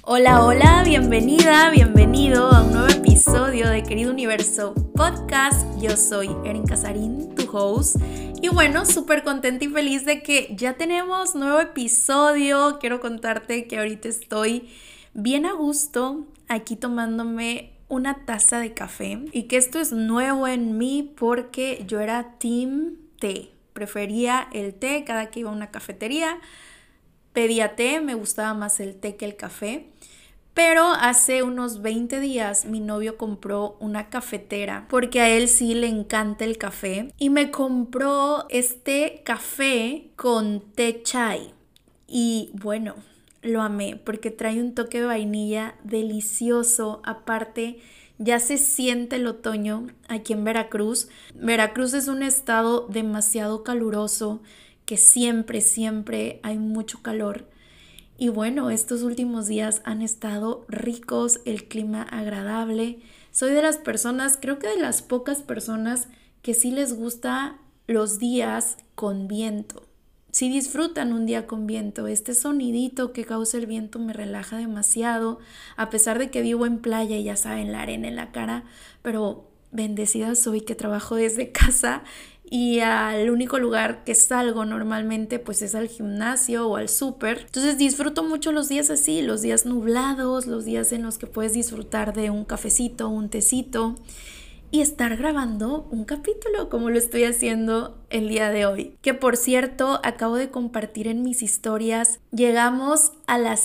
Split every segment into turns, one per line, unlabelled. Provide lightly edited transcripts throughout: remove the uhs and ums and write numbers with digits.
Hola, hola, bienvenida, bienvenido a un nuevo episodio de Querido Universo Podcast. Yo soy Erin Casarín, tu host. Y bueno, súper contenta y feliz de que ya tenemos nuevo episodio. Quiero contarte que ahorita estoy bien a gusto aquí tomándome una taza de café. Y que esto es nuevo en mí porque yo era team té. Prefería el té cada que iba a una cafetería. Pedía té, me gustaba más el té que el café. Pero hace unos 20 días mi novio compró una cafetera porque a él sí le encanta el café y me compró este café con té chai y bueno, lo amé porque trae un toque de vainilla delicioso. Aparte, ya se siente el otoño aquí en Veracruz. Veracruz es un estado demasiado caluroso, que siempre hay mucho calor. Y bueno, estos últimos días han estado ricos, el clima agradable. Soy de las personas, creo que de las pocas personas que sí les gusta los días con viento. Sí disfrutan un día con viento. Este sonidito que causa el viento me relaja demasiado, a pesar de que vivo en playa y ya saben, la arena en la cara, pero bendecida soy que trabajo desde casa y al único lugar que salgo normalmente pues es al gimnasio o al súper. Entonces disfruto mucho los días así, los días nublados, los días en los que puedes disfrutar de un cafecito, un tecito y estar grabando un capítulo como lo estoy haciendo el día de hoy. Que por cierto, acabo de compartir en mis historias, llegamos a las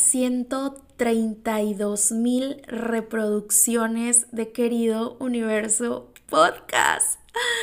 132,000 reproducciones de Querido Universo Podcast.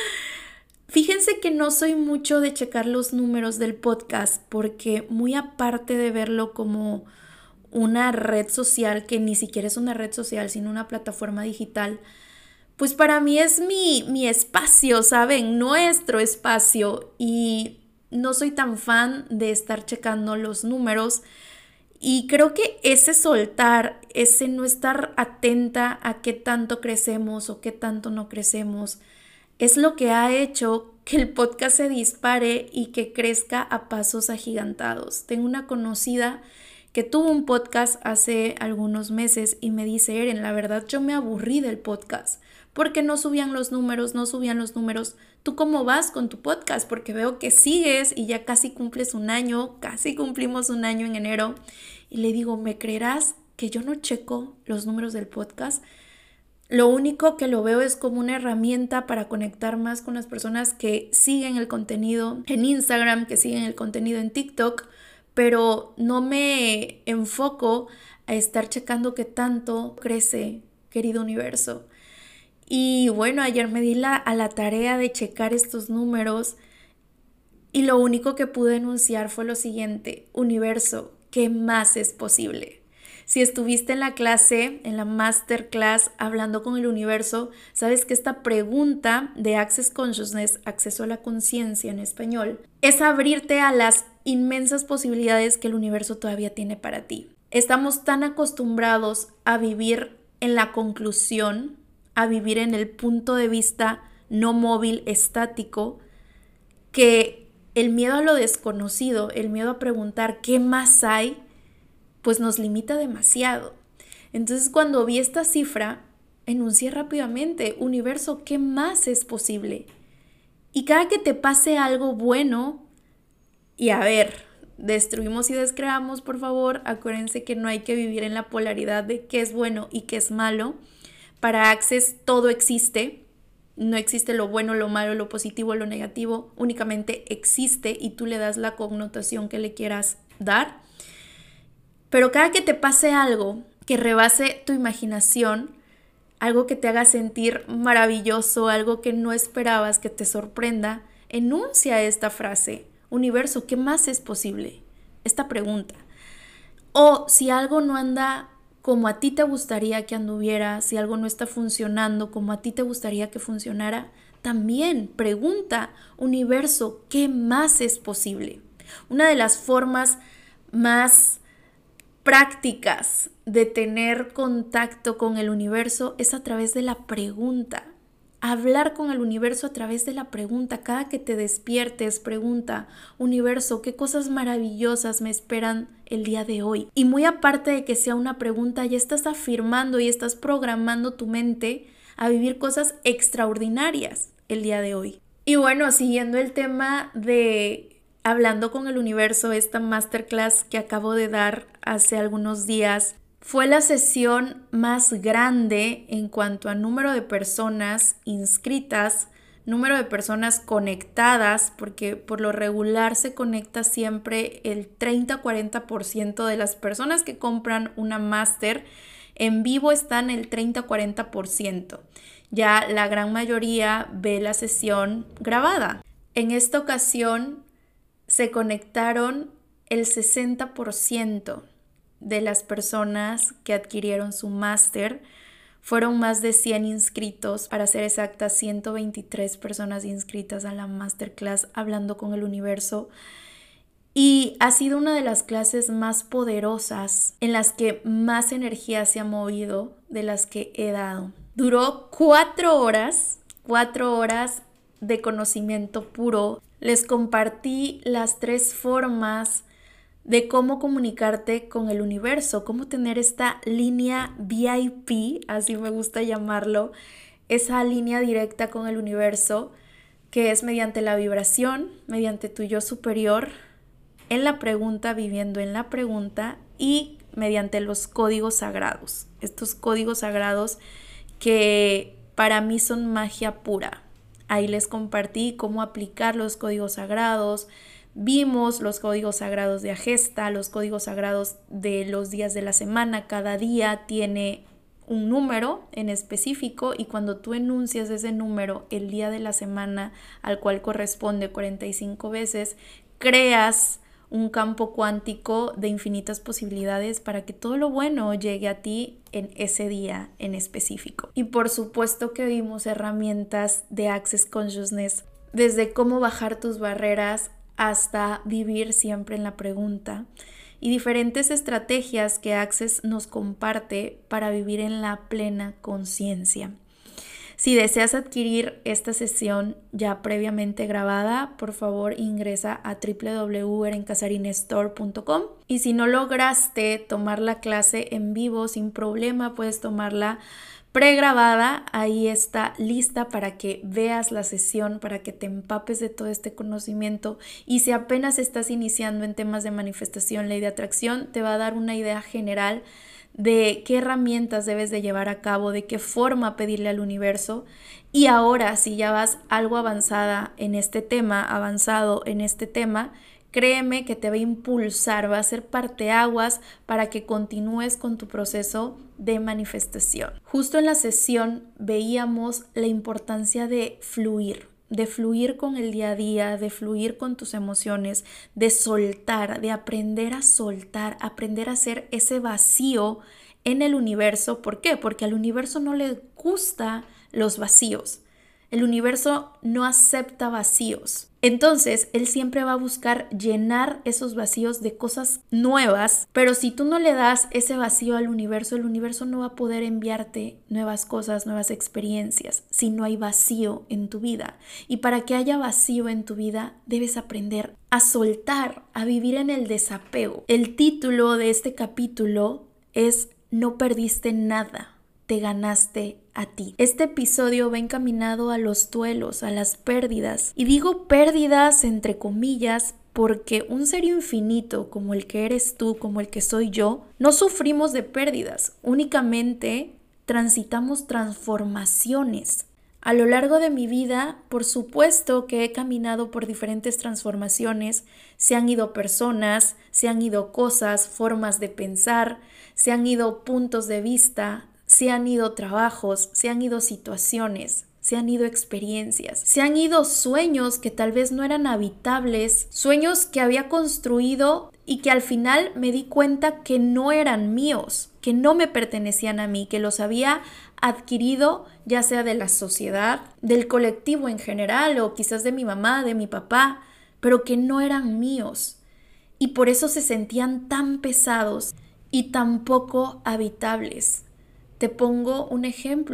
Fíjense que no soy mucho de checar los números del podcast porque muy aparte de verlo como una red social, que ni siquiera es una red social, sino una plataforma digital, pues para mí es mi espacio, ¿saben? Nuestro espacio, y no soy tan fan de estar checando los números. Y creo que ese soltar, ese no estar atenta a qué tanto crecemos o qué tanto no crecemos, es lo que ha hecho que el podcast se dispare y que crezca a pasos agigantados. Tengo una conocida que tuvo un podcast hace algunos meses y me dice: Eren, la verdad yo me aburrí del podcast porque no subían los números. ¿Tú cómo vas con tu podcast? Porque veo que sigues y ya casi cumples un año, casi cumplimos un año en enero. Y le digo: ¿me creerás que yo no checo los números del podcast? Lo único que lo veo es como una herramienta para conectar más con las personas que siguen el contenido en Instagram, que siguen el contenido en TikTok, pero no me enfoco a estar checando qué tanto crece Querido Universo. Y bueno, ayer me di a la tarea de checar estos números y lo único que pude enunciar fue lo siguiente: Universo, ¿qué más es posible? Si estuviste en la clase, en la masterclass Hablando con el Universo, sabes que esta pregunta de Access Consciousness, acceso a la conciencia en español, es abrirte a las inmensas posibilidades que el universo todavía tiene para ti. Estamos tan acostumbrados a vivir en la conclusión, a vivir en el punto de vista no móvil, estático, que el miedo a lo desconocido, el miedo a preguntar qué más hay, pues nos limita demasiado. Entonces, cuando vi esta cifra, enuncié rápidamente: universo, ¿qué más es posible? Y cada que te pase algo bueno, y a ver, destruimos y descreamos, por favor, acuérdense que no hay que vivir en la polaridad de qué es bueno y qué es malo. Para Access todo existe, no existe lo bueno, lo malo, lo positivo, lo negativo, únicamente existe y tú le das la connotación que le quieras dar. Pero cada que te pase algo que rebase tu imaginación, algo que te haga sentir maravilloso, algo que no esperabas, que te sorprenda, enuncia esta frase: universo, ¿qué más es posible? Esta pregunta. O si algo no anda como a ti te gustaría que anduviera, si algo no está funcionando como a ti te gustaría que funcionara, también pregunta: universo, ¿qué más es posible? Una de las formas más prácticas de tener contacto con el universo es a través de la pregunta. hablar con el universo a través de la pregunta. Cada que te despiertes, pregunta, universo, ¿qué cosas maravillosas me esperan el día de hoy? Y muy aparte de que sea una pregunta, ya estás afirmando y estás programando tu mente a vivir cosas extraordinarias el día de hoy. Y bueno, siguiendo el tema de hablando con el universo, esta masterclass que acabo de dar hace algunos días, fue la sesión más grande en cuanto a número de personas inscritas, número de personas conectadas, porque por lo regular se conecta siempre el 30-40% de las personas que compran una máster. En vivo están el 30-40%. Ya la gran mayoría ve la sesión grabada. En esta ocasión se conectaron el 60% de las personas que adquirieron su máster. Fueron más de 100 inscritos, para ser exacta, 123 personas inscritas a la masterclass Hablando con el Universo. Y ha sido una de las clases más poderosas, en las que más energía se ha movido, de las que he dado. Duró 4 horas de conocimiento puro. Les compartí las 3 formas de cómo comunicarte con el universo, cómo tener esta línea VIP, así me gusta llamarlo, esa línea directa con el universo, que es mediante la vibración, mediante tu yo superior, en la pregunta, viviendo en la pregunta, y mediante los códigos sagrados. Estos códigos sagrados que para mí son magia pura. Ahí les compartí cómo aplicar los códigos sagrados. Vimos los códigos sagrados de Agesta, los códigos sagrados de los días de la semana. Cada día tiene un número en específico y cuando tú enuncias ese número el día de la semana al cual corresponde 45 veces, creas un campo cuántico de infinitas posibilidades para que todo lo bueno llegue a ti en ese día en específico. Y por supuesto que vimos herramientas de Access Consciousness, desde cómo bajar tus barreras hasta vivir siempre en la pregunta, y diferentes estrategias que Access nos comparte para vivir en la plena conciencia. Si deseas adquirir esta sesión ya previamente grabada, por favor ingresa a www.erencasarinestore.com, y si no lograste tomar la clase en vivo sin problema, puedes tomarla pregrabada. Ahí está lista para que veas la sesión, para que te empapes de todo este conocimiento, y si apenas estás iniciando en temas de manifestación, ley de atracción, te va a dar una idea general de qué herramientas debes de llevar a cabo, de qué forma pedirle al universo. Y ahora, si ya vas algo avanzado en este tema, créeme que te va a impulsar, va a ser parteaguas para que continúes con tu proceso de manifestación. Justo en la sesión veíamos la importancia de fluir con el día a día, de fluir con tus emociones, de soltar, de aprender a soltar, aprender a hacer ese vacío en el universo. ¿Por qué? Porque al universo no le gustan los vacíos. El universo no acepta vacíos. Entonces, él siempre va a buscar llenar esos vacíos de cosas nuevas, pero si tú no le das ese vacío al universo, el universo no va a poder enviarte nuevas cosas, nuevas experiencias, si no hay vacío en tu vida. Y para que haya vacío en tu vida, debes aprender a soltar, a vivir en el desapego. El título de este capítulo es No perdiste nada, te ganaste a ti. Este episodio va encaminado a los duelos, a las pérdidas. Y digo pérdidas entre comillas porque un ser infinito como el que eres tú, como el que soy yo, no sufrimos de pérdidas, únicamente transitamos transformaciones. A lo largo de mi vida, por supuesto que he caminado por diferentes transformaciones. Se han ido personas, se han ido cosas, formas de pensar, se han ido puntos de vista, se han ido trabajos, se han ido situaciones, se han ido experiencias, se han ido sueños que tal vez no eran habitables, sueños que había construido y que al final me di cuenta que no eran míos, que no me pertenecían a mí, que los había adquirido ya sea de la sociedad, del colectivo en general o quizás de mi mamá, de mi papá, pero que no eran míos. Y por eso se sentían tan pesados y tan poco habitables. Te pongo un ejemplo.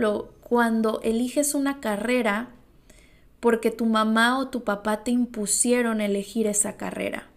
cuando eliges una carrera porque tu mamá o tu papá te impusieron elegir esa carrera.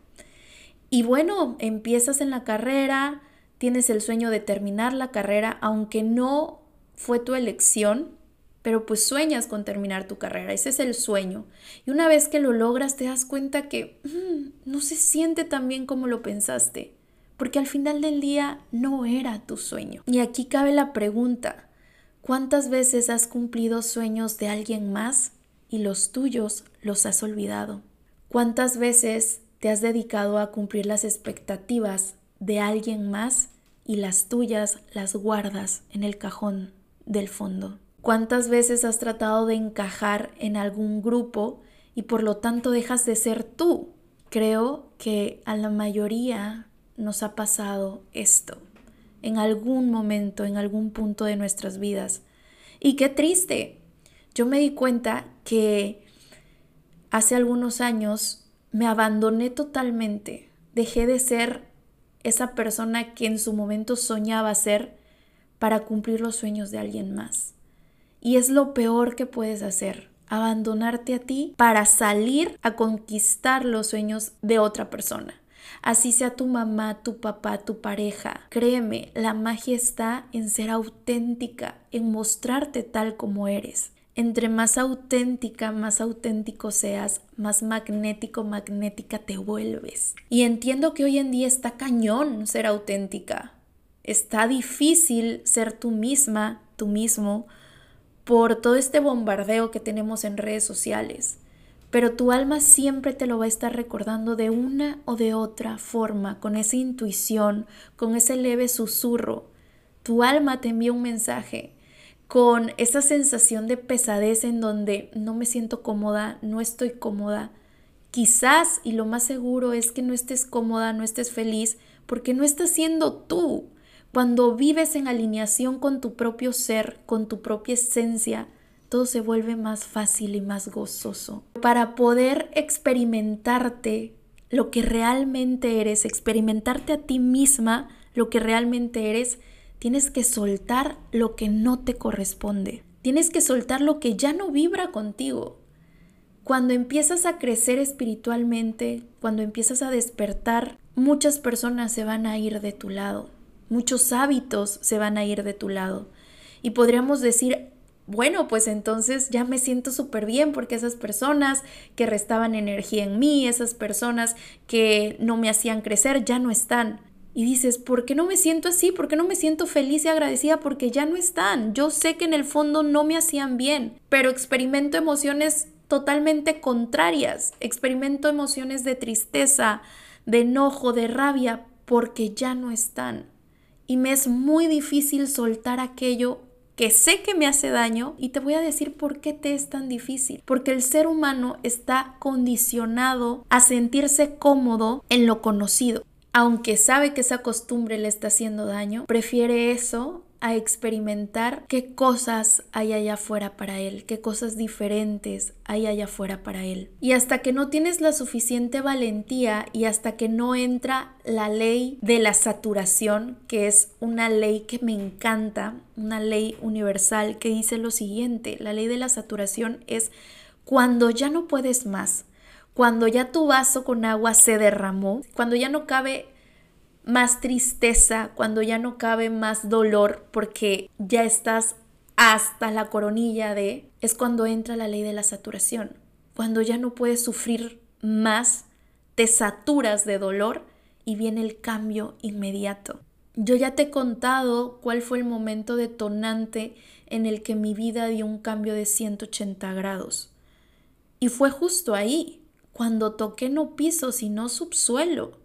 Y bueno, empiezas en la carrera, tienes el sueño de terminar la carrera, aunque no fue tu elección, pero pues sueñas con terminar tu carrera, ese es el sueño. Y una vez que lo logras te das cuenta que no se siente tan bien como lo pensaste, porque al final del día no era tu sueño. Y aquí cabe la pregunta, ¿cuántas veces has cumplido sueños de alguien más y los tuyos los has olvidado? ¿Cuántas veces te has dedicado a cumplir las expectativas de alguien más y las tuyas las guardas en el cajón del fondo? ¿Cuántas veces has tratado de encajar en algún grupo y por lo tanto dejas de ser tú? Creo que a la mayoría nos ha pasado esto en algún momento, en algún punto de nuestras vidas. Y qué triste. Yo me di cuenta que hace algunos años me abandoné totalmente. Dejé de ser esa persona que en su momento soñaba ser para cumplir los sueños de alguien más. Y es lo peor que puedes hacer, abandonarte a ti para salir a conquistar los sueños de otra persona. Así sea tu mamá, tu papá, tu pareja. Créeme, la magia está en ser auténtica, en mostrarte tal como eres. Entre más auténtica, más auténtico seas, más magnético, magnética te vuelves. Y entiendo que hoy en día está cañón ser auténtica. Está difícil ser tú misma, tú mismo, por todo este bombardeo que tenemos en redes sociales. Pero tu alma siempre te lo va a estar recordando de una o de otra forma, con esa intuición, con ese leve susurro. Tu alma te envía un mensaje con esa sensación de pesadez en donde no me siento cómoda, no estoy cómoda. Quizás, y lo más seguro es que no estés cómoda, no estés feliz, porque no estás siendo tú. Cuando vives en alineación con tu propio ser, con tu propia esencia, todo se vuelve más fácil y más gozoso. Para poder experimentarte lo que realmente eres, experimentarte a ti misma lo que realmente eres, tienes que soltar lo que no te corresponde. Tienes que soltar lo que ya no vibra contigo. Cuando empiezas a crecer espiritualmente, cuando empiezas a despertar, muchas personas se van a ir de tu lado. Muchos hábitos se van a ir de tu lado. Y podríamos decir, bueno, pues entonces ya me siento súper bien porque esas personas que restaban energía en mí, esas personas que no me hacían crecer, ya no están. Y dices, ¿por qué no me siento así? ¿Por qué no me siento feliz y agradecida? Porque ya no están. Yo sé que en el fondo no me hacían bien, pero experimento emociones totalmente contrarias. Experimento emociones de tristeza, de enojo, de rabia, porque ya no están. Y me es muy difícil soltar aquello que sé que me hace daño, y te voy a decir por qué te es tan difícil. Porque el ser humano está condicionado a sentirse cómodo en lo conocido. Aunque sabe que esa costumbre le está haciendo daño, prefiere eso a experimentar qué cosas hay allá afuera para él, qué cosas diferentes hay allá afuera para él. Y hasta que no tienes la suficiente valentía y hasta que no entra la ley de la saturación, que es una ley que me encanta, una ley universal que dice lo siguiente: la ley de la saturación es cuando ya no puedes más, cuando ya tu vaso con agua se derramó, cuando ya no cabe más tristeza, cuando ya no cabe más dolor porque ya estás hasta la coronilla es cuando entra la ley de la saturación. Cuando ya no puedes sufrir más, te saturas de dolor y viene el cambio inmediato. Yo ya te he contado cuál fue el momento detonante en el que mi vida dio un cambio de 180 grados. Y fue justo ahí, cuando toqué no piso sino subsuelo.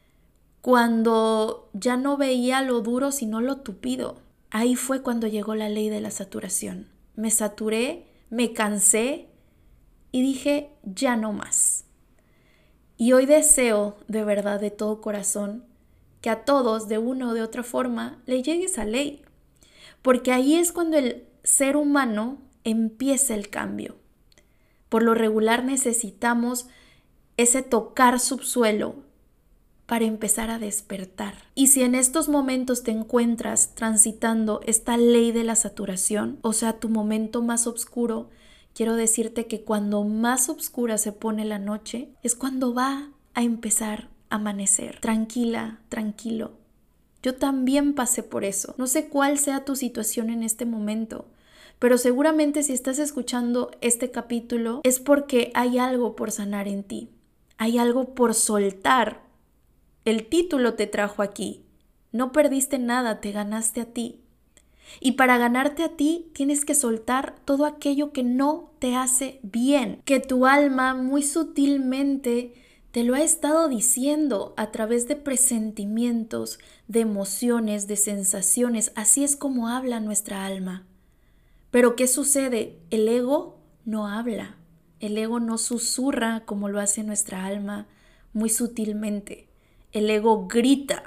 Cuando ya no veía lo duro sino lo tupido. Ahí fue cuando llegó la ley de la saturación. Me saturé, me cansé y dije, ya no más. Y hoy deseo, de verdad, de todo corazón, que a todos, de una o de otra forma, le llegue esa ley. Porque ahí es cuando el ser humano empieza el cambio. Por lo regular necesitamos ese tocar subsuelo para empezar a despertar. Y si en estos momentos te encuentras transitando esta ley de la saturación, o sea, tu momento más oscuro, quiero decirte que cuando más oscura se pone la noche, es cuando va a empezar a amanecer. Tranquila, tranquilo. Yo también pasé por eso. No sé cuál sea tu situación en este momento, pero seguramente si estás escuchando este capítulo es porque hay algo por sanar en ti. Hay algo por soltar. El título te trajo aquí. No perdiste nada, te ganaste a ti. Y para ganarte a ti tienes que soltar todo aquello que no te hace bien, que tu alma muy sutilmente te lo ha estado diciendo a través de presentimientos, de emociones, de sensaciones. Así es como habla nuestra alma. Pero ¿qué sucede? El ego no habla. El ego no susurra como lo hace nuestra alma muy sutilmente. El ego grita.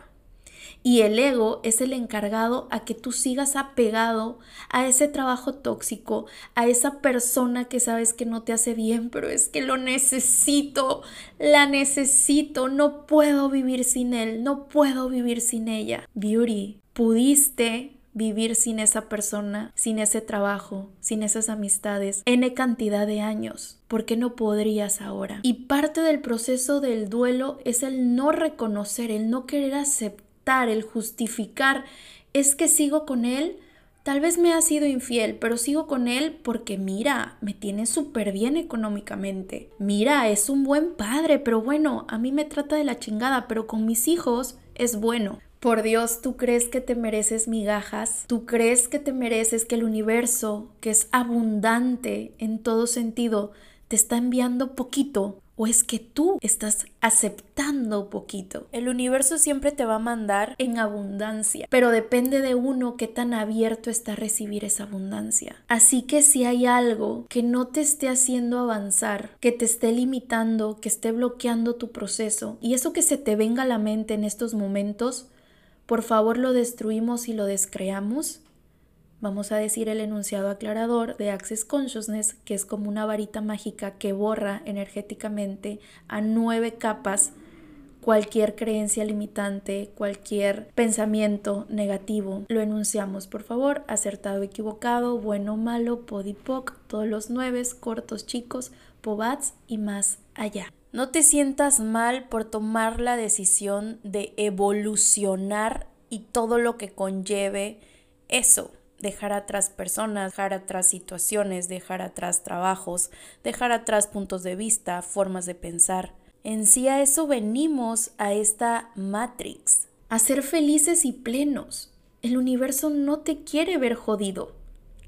Y el ego es el encargado a que tú sigas apegado a ese trabajo tóxico, a esa persona que sabes que no te hace bien, pero es que lo necesito, la necesito, no puedo vivir sin él, no puedo vivir sin ella. Beauty, pudiste vivir sin esa persona, sin ese trabajo, sin esas amistades, N cantidad de años. ¿Por qué no podrías ahora? Y parte del proceso del duelo es el no reconocer, el no querer aceptar, el justificar. Es que sigo con él, tal vez me ha sido infiel, pero sigo con él porque mira, me tiene súper bien económicamente. Mira, es un buen padre, pero bueno, a mí me trata de la chingada, pero con mis hijos es bueno. Por Dios, ¿tú crees que te mereces migajas? ¿Tú crees que te mereces que el universo, que es abundante en todo sentido, te está enviando poquito? ¿O es que tú estás aceptando poquito? El universo siempre te va a mandar en abundancia, pero depende de uno qué tan abierto está a recibir esa abundancia. Así que si hay algo que no te esté haciendo avanzar, que te esté limitando, que esté bloqueando tu proceso, y eso que se te venga a la mente en estos momentos, por favor lo destruimos y lo descreamos. Vamos a decir el enunciado aclarador de Access Consciousness, que es como una varita mágica que borra energéticamente a 9 capas cualquier creencia limitante, cualquier pensamiento negativo. Lo enunciamos, por favor, acertado, equivocado, bueno, malo, podipoc, todos los 9, cortos, chicos, pobats y más allá. No te sientas mal por tomar la decisión de evolucionar y todo lo que conlleve eso. Dejar atrás personas, dejar atrás situaciones, dejar atrás trabajos, dejar atrás puntos de vista, formas de pensar. En sí a eso venimos, a esta Matrix, a ser felices y plenos. El universo no te quiere ver jodido.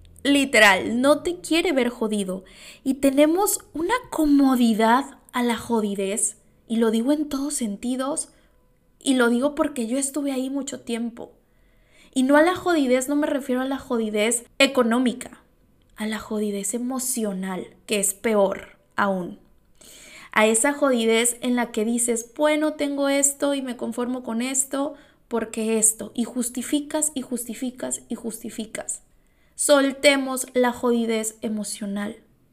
Literal, no te quiere ver jodido. Y tenemos una comodidad a la jodidez, y lo digo en todos sentidos, y lo digo porque yo estuve ahí mucho tiempo. Y no a la jodidez, no me refiero a la jodidez económica, a la jodidez emocional, que es peor aún. A esa jodidez en la que dices, bueno, tengo esto y me conformo con esto, porque esto, y justificas y justificas y justificas. Soltemos la jodidez emocional.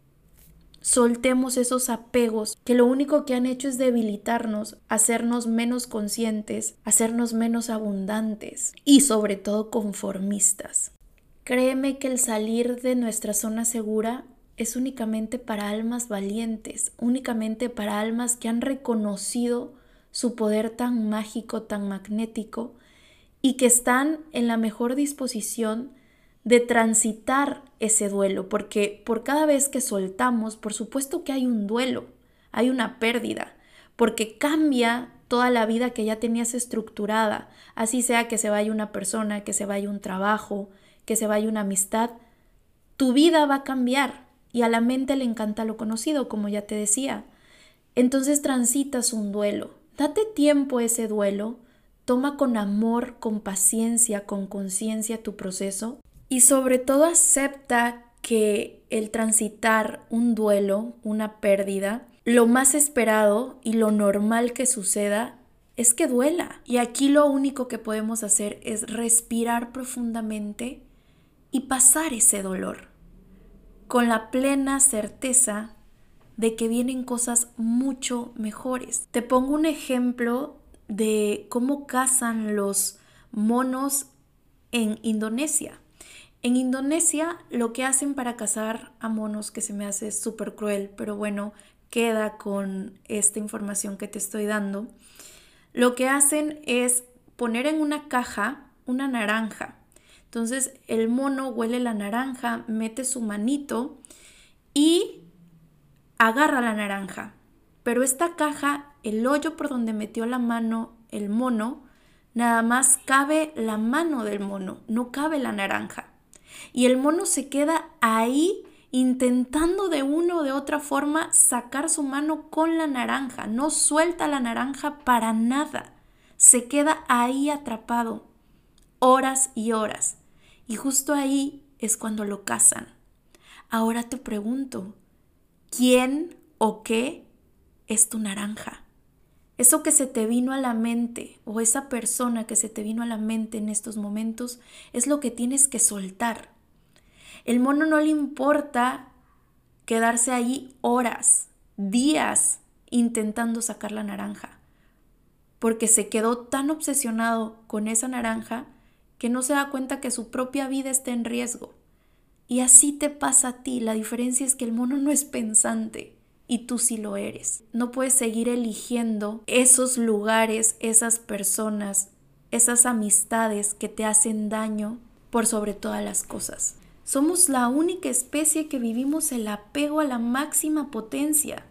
Soltemos esos apegos que lo único que han hecho es debilitarnos, hacernos menos conscientes, hacernos menos abundantes y sobre todo conformistas. Créeme que el salir de nuestra zona segura es únicamente para almas valientes, únicamente para almas que han reconocido su poder tan mágico, tan magnético y que están en la mejor disposición de transitar ese duelo, porque por cada vez que soltamos, por supuesto que hay un duelo, hay una pérdida, porque cambia toda la vida que ya tenías estructurada, así sea que se vaya una persona, que se vaya un trabajo, que se vaya una amistad, tu vida va a cambiar y a la mente le encanta lo conocido, como ya te decía. Entonces transitas un duelo, date tiempo a ese duelo, toma con amor, con paciencia, con conciencia tu proceso. Y sobre todo acepta que el transitar un duelo, una pérdida, lo más esperado y lo normal que suceda es que duela. Y aquí lo único que podemos hacer es respirar profundamente y pasar ese dolor con la plena certeza de que vienen cosas mucho mejores. Te pongo un ejemplo de cómo cazan los monos en Indonesia. En Indonesia lo que hacen para cazar a monos, que se me hace súper cruel, pero bueno, queda con esta información que te estoy dando. Lo que hacen es poner en una caja una naranja. Entonces el mono huele la naranja, mete su manito y agarra la naranja. Pero esta caja, el hoyo por donde metió la mano el mono, nada más cabe la mano del mono, no cabe la naranja. Y el mono se queda ahí intentando de una o de otra forma sacar su mano con la naranja. No suelta la naranja para nada. Se queda ahí atrapado horas y horas. Y justo ahí es cuando lo cazan. Ahora te pregunto, ¿quién o qué es tu naranja? Eso que se te vino a la mente o esa persona que se te vino a la mente en estos momentos es lo que tienes que soltar. El mono no le importa quedarse ahí horas, días intentando sacar la naranja, porque se quedó tan obsesionado con esa naranja que no se da cuenta que su propia vida está en riesgo. Y así te pasa a ti. La diferencia es que el mono no es pensante y tú sí lo eres. No puedes seguir eligiendo esos lugares, esas personas, esas amistades que te hacen daño por sobre todas las cosas. Somos la única especie que vivimos el apego a la máxima potencia.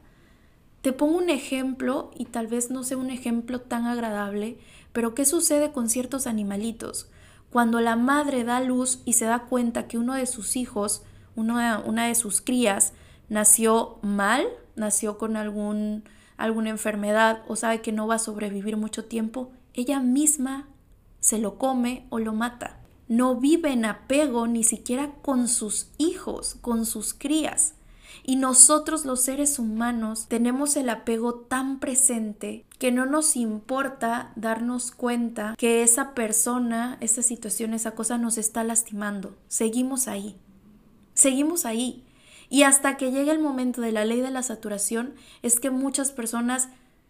Te pongo un ejemplo, y tal vez no sea un ejemplo tan agradable, pero ¿qué sucede con ciertos animalitos? Cuando la madre da luz y se da cuenta que uno de sus hijos, una de sus crías, nació mal, nació con alguna enfermedad o sabe que no va a sobrevivir mucho tiempo, ella misma se lo come o lo mata. No vive en apego ni siquiera con sus hijos, con sus crías. Y nosotros los seres humanos tenemos el apego tan presente que no nos importa darnos cuenta que esa persona, esa situación, esa cosa nos está lastimando. Seguimos ahí. Seguimos ahí. Y hasta que llegue el momento de la ley de la saturación es que muchas personas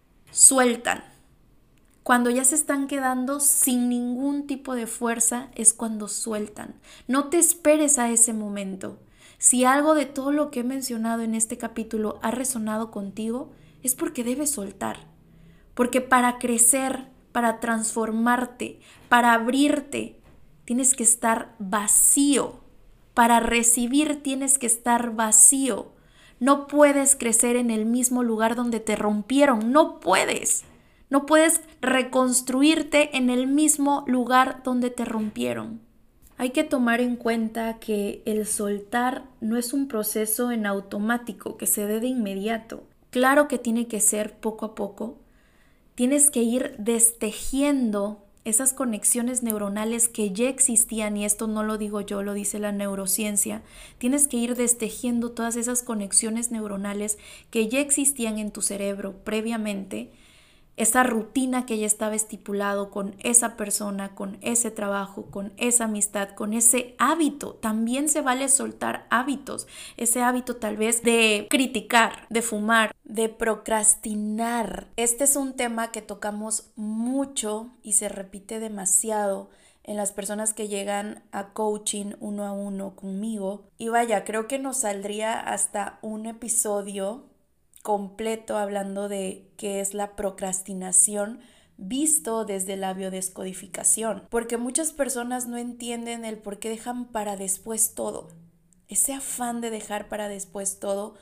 sueltan. Cuando ya se están quedando sin ningún tipo de fuerza es cuando sueltan. No te esperes a ese momento. Si algo de todo lo que he mencionado en este capítulo ha resonado contigo, es porque debes soltar. Porque para crecer, para transformarte, para abrirte, tienes que estar vacío. Para recibir tienes que estar vacío. No puedes crecer en el mismo lugar donde te rompieron. No puedes. No puedes reconstruirte en el mismo lugar donde te rompieron. Hay que tomar en cuenta que el soltar no es un proceso en automático que se dé de inmediato. Claro que tiene que ser poco a poco. Tienes que ir destejiendo esas conexiones neuronales que ya existían, y esto no lo digo yo, lo dice la neurociencia. Tienes que ir destejiendo todas esas conexiones neuronales que ya existían en tu cerebro previamente, esa rutina que ya estaba estipulado con esa persona, con ese trabajo, con esa amistad, con ese hábito. También se vale soltar hábitos, ese hábito tal vez de criticar, de fumar, de procrastinar. Este es un tema que tocamos mucho y se repite demasiado en las personas que llegan a coaching uno a uno conmigo. Y vaya, creo que nos saldría hasta un episodio completo hablando de qué es la procrastinación visto desde la biodescodificación, porque muchas personas no entienden el por qué dejan para después todo, ese afán de dejar para después todo,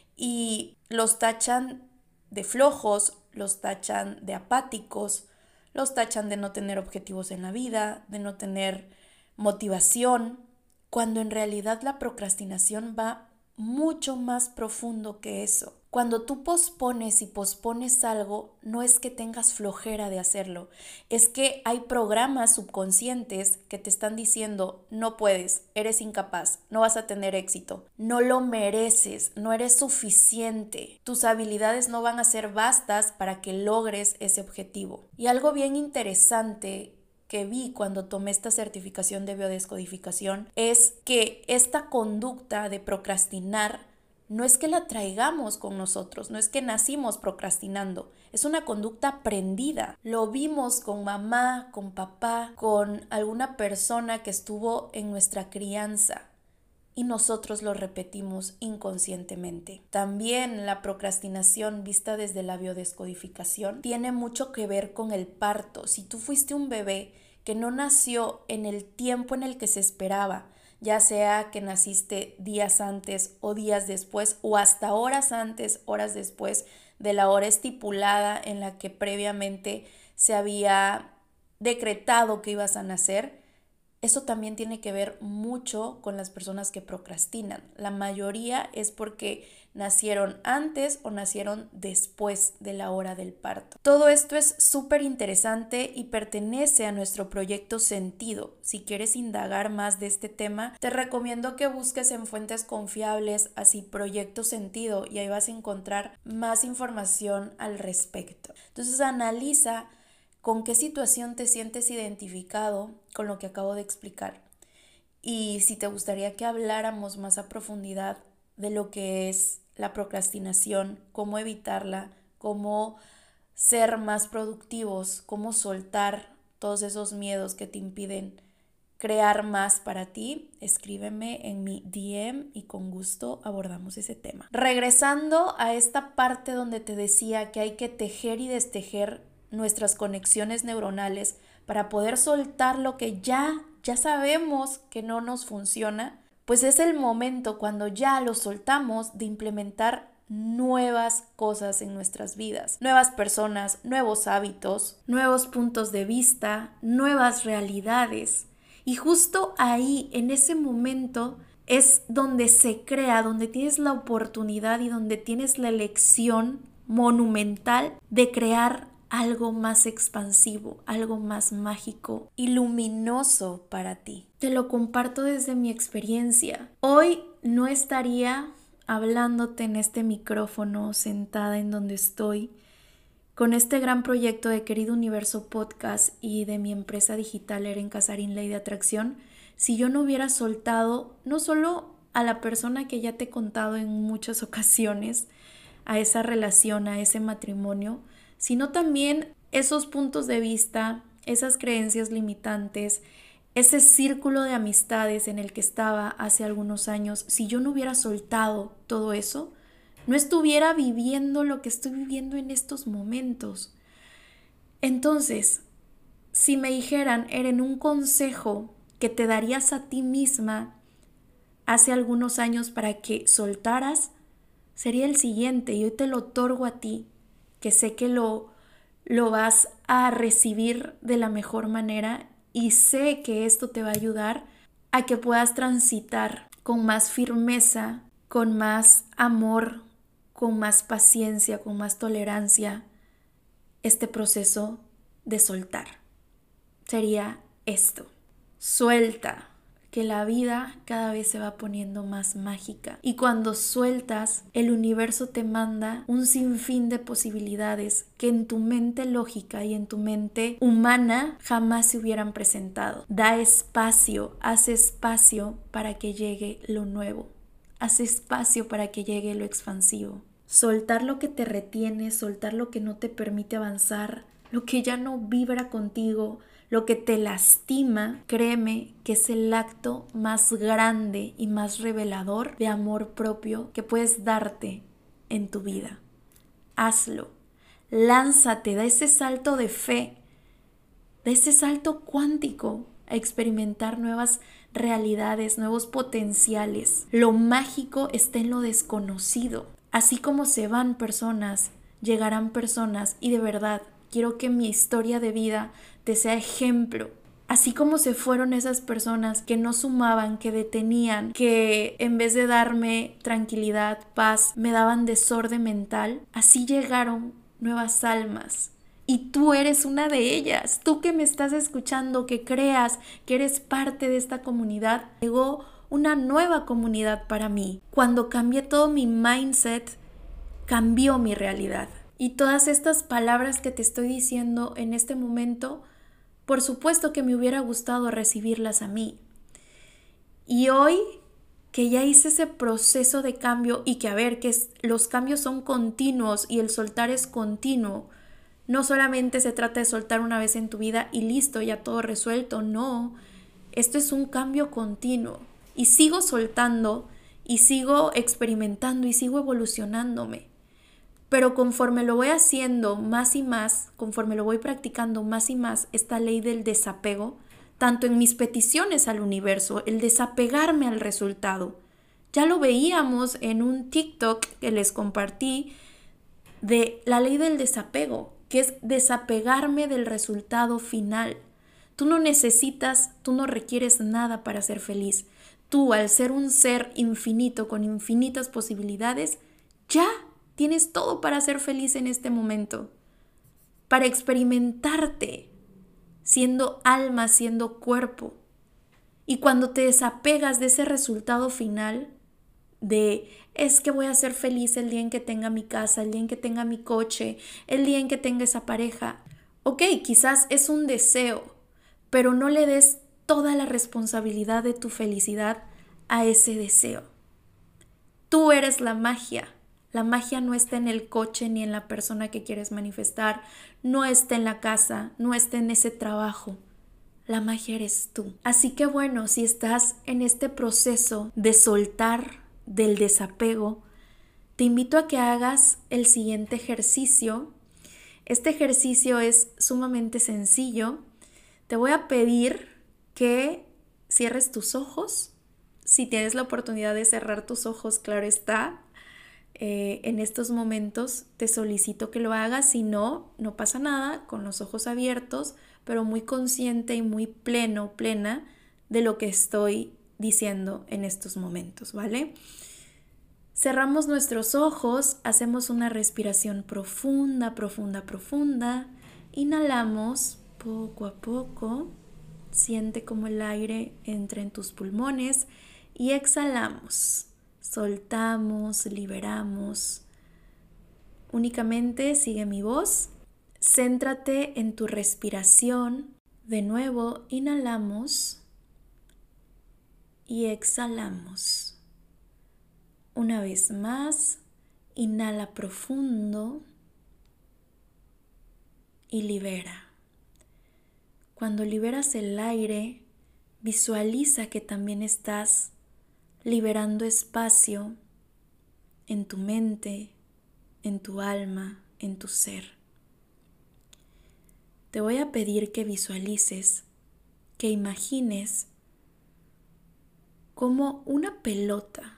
y los tachan de flojos, los tachan de apáticos, los tachan de no tener objetivos en la vida, de no tener motivación, cuando en realidad la procrastinación va mucho más profundo que eso. Cuando tú pospones y pospones algo, no es que tengas flojera de hacerlo, es que hay programas subconscientes que te están diciendo: no puedes, eres incapaz, no vas a tener éxito, no lo mereces, no eres suficiente, tus habilidades no van a ser vastas para que logres ese objetivo. Y algo bien interesante que vi cuando tomé esta certificación de biodescodificación es que esta conducta de procrastinar no es que la traigamos con nosotros, no es que nacimos procrastinando, es una conducta aprendida. Lo vimos con mamá, con papá, con alguna persona que estuvo en nuestra crianza y nosotros lo repetimos inconscientemente. También la procrastinación vista desde la biodescodificación tiene mucho que ver con el parto. Si tú fuiste un bebé que no nació en el tiempo en el que se esperaba, ya sea que naciste días antes o días después o hasta horas antes, horas después de la hora estipulada en la que previamente se había decretado que ibas a nacer, eso también tiene que ver mucho con las personas que procrastinan. La mayoría es porque nacieron antes o nacieron después de la hora del parto. Todo esto es súper interesante y pertenece a nuestro proyecto Sentido. Si quieres indagar más de este tema, te recomiendo que busques en fuentes confiables, así Proyecto Sentido, y ahí vas a encontrar más información al respecto. Entonces analiza con qué situación te sientes identificado con lo que acabo de explicar. Y si te gustaría que habláramos más a profundidad de lo que es la procrastinación, cómo evitarla, cómo ser más productivos, cómo soltar todos esos miedos que te impiden crear más para ti, escríbeme en mi DM y con gusto abordamos ese tema. Regresando a esta parte donde te decía que hay que tejer y destejer nuestras conexiones neuronales para poder soltar lo que ya sabemos que no nos funciona, pues es el momento cuando ya lo soltamos de implementar nuevas cosas en nuestras vidas, nuevas personas, nuevos hábitos, nuevos puntos de vista, nuevas realidades. Y justo ahí, en ese momento, es donde se crea, donde tienes la oportunidad y donde tienes la elección monumental de crear algo más expansivo, algo más mágico y luminoso para ti. Te lo comparto desde mi experiencia. Hoy no estaría hablándote en este micrófono, sentada en donde estoy, con este gran proyecto de Querido Universo Podcast y de mi empresa digital Eren Casarín Ley de Atracción, si yo no hubiera soltado no solo a la persona que ya te he contado en muchas ocasiones, a esa relación, a ese matrimonio, sino también esos puntos de vista, esas creencias limitantes, ese círculo de amistades en el que estaba hace algunos años. Si yo no hubiera soltado todo eso, no estuviera viviendo lo que estoy viviendo en estos momentos. Entonces, si me dijeran, Eren, un consejo que te darías a ti misma hace algunos años para que soltaras, sería el siguiente, y hoy te lo otorgo a ti, que sé que lo vas a recibir de la mejor manera y sé que esto te va a ayudar a que puedas transitar con más firmeza, con más amor, con más paciencia, con más tolerancia este proceso de soltar. Sería esto: suelta, que la vida cada vez se va poniendo más mágica. Y cuando sueltas, el universo te manda un sinfín de posibilidades que en tu mente lógica y en tu mente humana jamás se hubieran presentado. Da espacio, haz espacio para que llegue lo nuevo. Haz espacio para que llegue lo expansivo. Soltar lo que te retiene, soltar lo que no te permite avanzar, lo que ya no vibra contigo, lo que te lastima, créeme que es el acto más grande y más revelador de amor propio que puedes darte en tu vida. Hazlo, lánzate, da ese salto de fe, da ese salto cuántico a experimentar nuevas realidades, nuevos potenciales. Lo mágico está en lo desconocido. Así como se van personas, llegarán personas, y de verdad quiero que mi historia de vida te sea ejemplo. Así como se fueron esas personas que no sumaban, que detenían, que en vez de darme tranquilidad, paz, me daban desorden mental, así llegaron nuevas almas. Y tú eres una de ellas. Tú que me estás escuchando, que creas que eres parte de esta comunidad, llegó una nueva comunidad para mí. Cuando cambié todo mi mindset, cambió mi realidad. Y todas estas palabras que te estoy diciendo en este momento, por supuesto que me hubiera gustado recibirlas a mí. Y hoy que ya hice ese proceso de cambio y que los cambios son continuos y el soltar es continuo. No solamente se trata de soltar una vez en tu vida y listo, ya todo resuelto, no. Esto es un cambio continuo y sigo soltando y sigo experimentando y sigo evolucionándome. Pero conforme lo voy haciendo más y más, conforme lo voy practicando más y más, esta ley del desapego, tanto en mis peticiones al universo, el desapegarme al resultado. Ya lo veíamos en un TikTok que les compartí de la ley del desapego, que es desapegarme del resultado final. Tú no requieres nada para ser feliz. Tú, al ser un ser infinito con infinitas posibilidades, ya tienes todo para ser feliz en este momento, para experimentarte siendo alma, siendo cuerpo. Y cuando te desapegas de ese resultado final, es que voy a ser feliz el día en que tenga mi casa, el día en que tenga mi coche, el día en que tenga esa pareja. Ok, quizás es un deseo, pero no le des toda la responsabilidad de tu felicidad a ese deseo. Tú eres la magia. La magia no está en el coche ni en la persona que quieres manifestar, no está en la casa, no está en ese trabajo. La magia eres tú. Así que bueno, si estás en este proceso de soltar, del desapego, te invito a que hagas el siguiente ejercicio. Este ejercicio es sumamente sencillo. Te voy a pedir que cierres tus ojos. Si tienes la oportunidad de cerrar tus ojos, claro está. En estos momentos te solicito que lo hagas, si no, no pasa nada, con los ojos abiertos, pero muy consciente y muy plena de lo que estoy diciendo en estos momentos, ¿vale? Cerramos nuestros ojos, hacemos una respiración profunda. Inhalamos poco a poco, siente cómo el aire entra en tus pulmones y exhalamos. Soltamos, liberamos. Únicamente sigue mi voz. Céntrate en tu respiración. De nuevo, inhalamos y exhalamos. Una vez más, inhala profundo y libera. Cuando liberas el aire, visualiza que también estás liberando espacio en tu mente, en tu alma, en tu ser. Te voy a pedir que visualices, que imagines cómo una pelota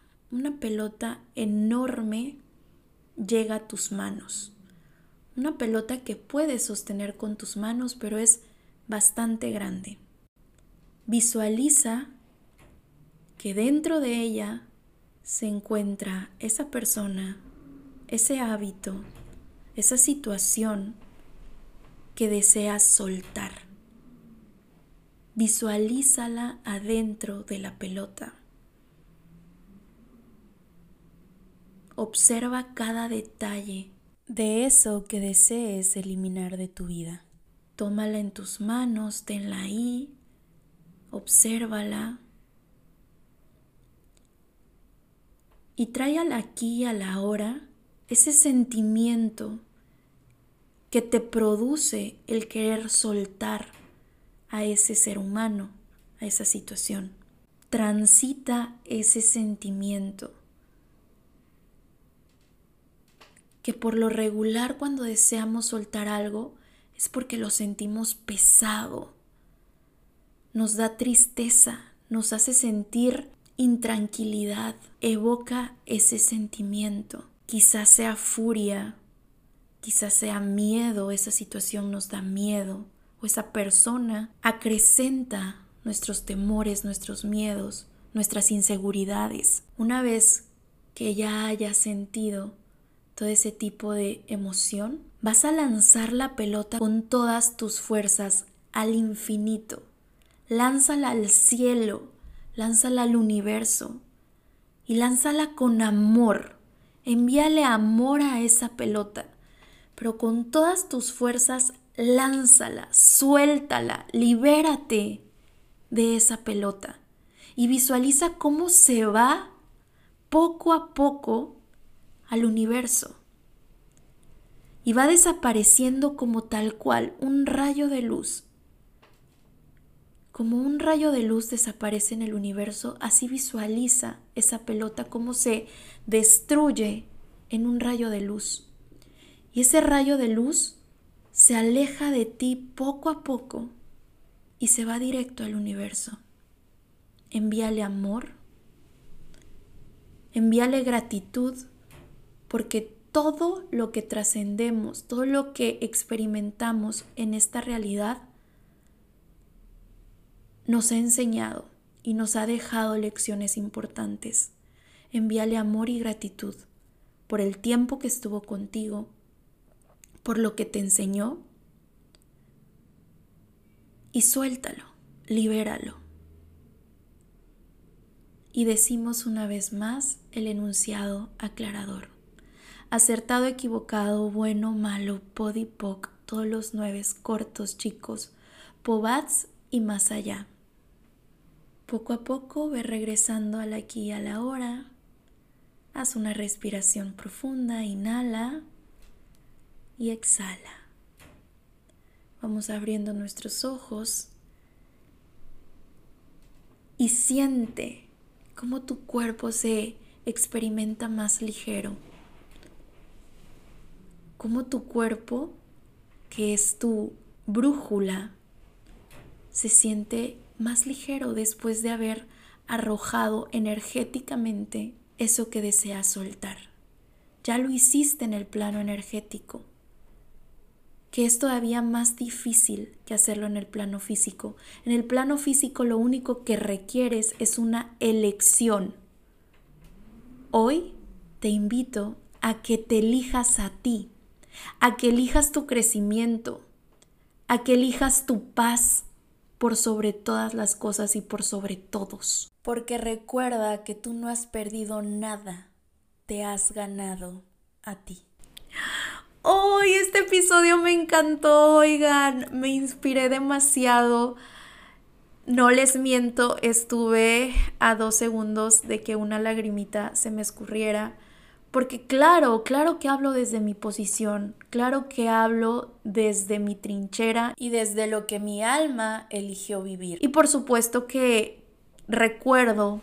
enorme llega a tus manos. Una pelota que puedes sostener con tus manos, pero es bastante grande. Visualiza que dentro de ella se encuentra esa persona, ese hábito, esa situación que deseas soltar. Visualízala adentro de la pelota. Observa cada detalle de eso que desees eliminar de tu vida. Tómala en tus manos, tenla ahí, obsérvala y trae al aquí y a la ahora ese sentimiento que te produce el querer soltar a ese ser humano, a esa situación. Transita ese sentimiento que por lo regular cuando deseamos soltar algo es porque lo sentimos pesado, nos da tristeza, nos hace sentir intranquilidad, evoca ese sentimiento. Quizás sea furia, quizás sea miedo, esa situación nos da miedo, o esa persona acrecenta nuestros temores, nuestros miedos, nuestras inseguridades. Una vez que ya hayas sentido todo ese tipo de emoción, vas a lanzar la pelota con todas tus fuerzas al infinito. Lánzala al cielo, lánzala al universo y lánzala con amor. Envíale amor a esa pelota, pero con todas tus fuerzas lánzala, suéltala, libérate de esa pelota y visualiza cómo se va poco a poco al universo y va desapareciendo como tal cual un rayo de luz. Como un rayo de luz desaparece en el universo, así visualiza esa pelota cómo se destruye en un rayo de luz. Y ese rayo de luz se aleja de ti poco a poco y se va directo al universo. Envíale amor, envíale gratitud, porque todo lo que trascendemos, todo lo que experimentamos en esta realidad nos ha enseñado y nos ha dejado lecciones importantes. Envíale amor y gratitud por el tiempo que estuvo contigo, por lo que te enseñó, y suéltalo, libéralo. Y decimos una vez más el enunciado aclarador. Acertado, equivocado, bueno, malo, pod y poc, todos los 9 cortos, chicos, pobats y más allá. Poco a poco ve regresando al aquí y a la hora. Haz una respiración profunda, inhala y exhala. Vamos abriendo nuestros ojos y siente cómo tu cuerpo se experimenta más ligero. Cómo tu cuerpo, que es tu brújula, se siente más ligero después de haber arrojado energéticamente eso que deseas soltar. Ya lo hiciste en el plano energético, que es todavía más difícil que hacerlo en el plano físico. En el plano físico lo único que requieres es una elección. Hoy te invito a que te elijas a ti, a que elijas tu crecimiento, a que elijas tu paz por sobre todas las cosas y por sobre todos. Porque recuerda que tú no has perdido nada, te has ganado a ti. ¡Hoy este episodio me encantó! Oigan, me inspiré demasiado. No les miento, estuve a 2 segundos de que una lagrimita se me escurriera. Porque claro que hablo desde mi posición, claro que hablo desde mi trinchera y desde lo que mi alma eligió vivir. Y por supuesto que recuerdo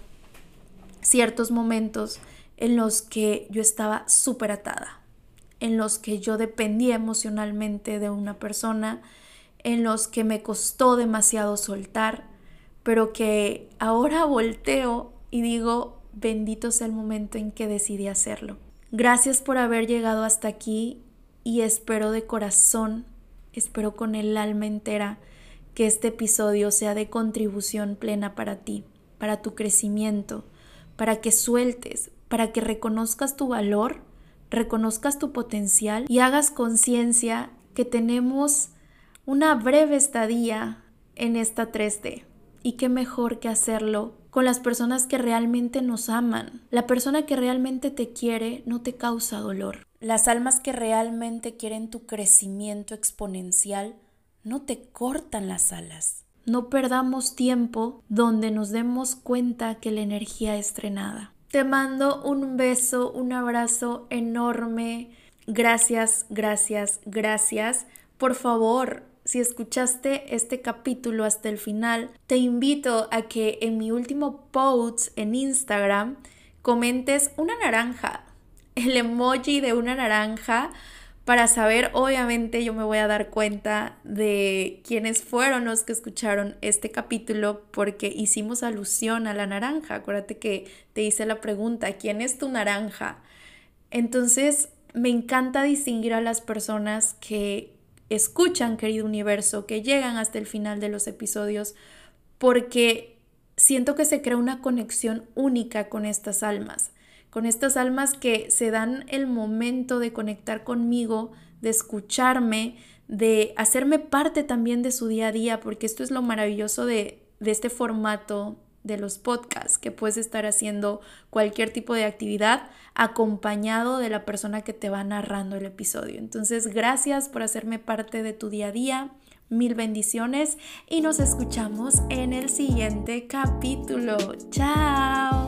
ciertos momentos en los que yo estaba súper atada, en los que yo dependía emocionalmente de una persona, en los que me costó demasiado soltar, pero que ahora volteo y digo, bendito sea el momento en que decidí hacerlo. Gracias por haber llegado hasta aquí y espero de corazón, espero con el alma entera que este episodio sea de contribución plena para ti, para tu crecimiento, para que sueltes, para que reconozcas tu valor, reconozcas tu potencial y hagas conciencia que tenemos una breve estadía en esta 3D. Y qué mejor que hacerlo con las personas que realmente nos aman. La persona que realmente te quiere no te causa dolor. Las almas que realmente quieren tu crecimiento exponencial no te cortan las alas. No perdamos tiempo donde nos demos cuenta que la energía es drenada. Te mando un beso, un abrazo enorme. Gracias, gracias, gracias. Por favor, si escuchaste este capítulo hasta el final, te invito a que en mi último post en Instagram comentes una naranja, el emoji de una naranja, para saber, obviamente yo me voy a dar cuenta de quiénes fueron los que escucharon este capítulo porque hicimos alusión a la naranja. Acuérdate que te hice la pregunta, ¿quién es tu naranja? Entonces me encanta distinguir a las personas que escuchan, querido universo, que llegan hasta el final de los episodios, porque siento que se crea una conexión única con estas almas que se dan el momento de conectar conmigo, de escucharme, de hacerme parte también de su día a día, porque esto es lo maravilloso de este formato de los podcasts, que puedes estar haciendo cualquier tipo de actividad acompañado de la persona que te va narrando el episodio. Entonces, gracias por hacerme parte de tu día a día. mil bendiciones y nos escuchamos en el siguiente capítulo. ¡Chao!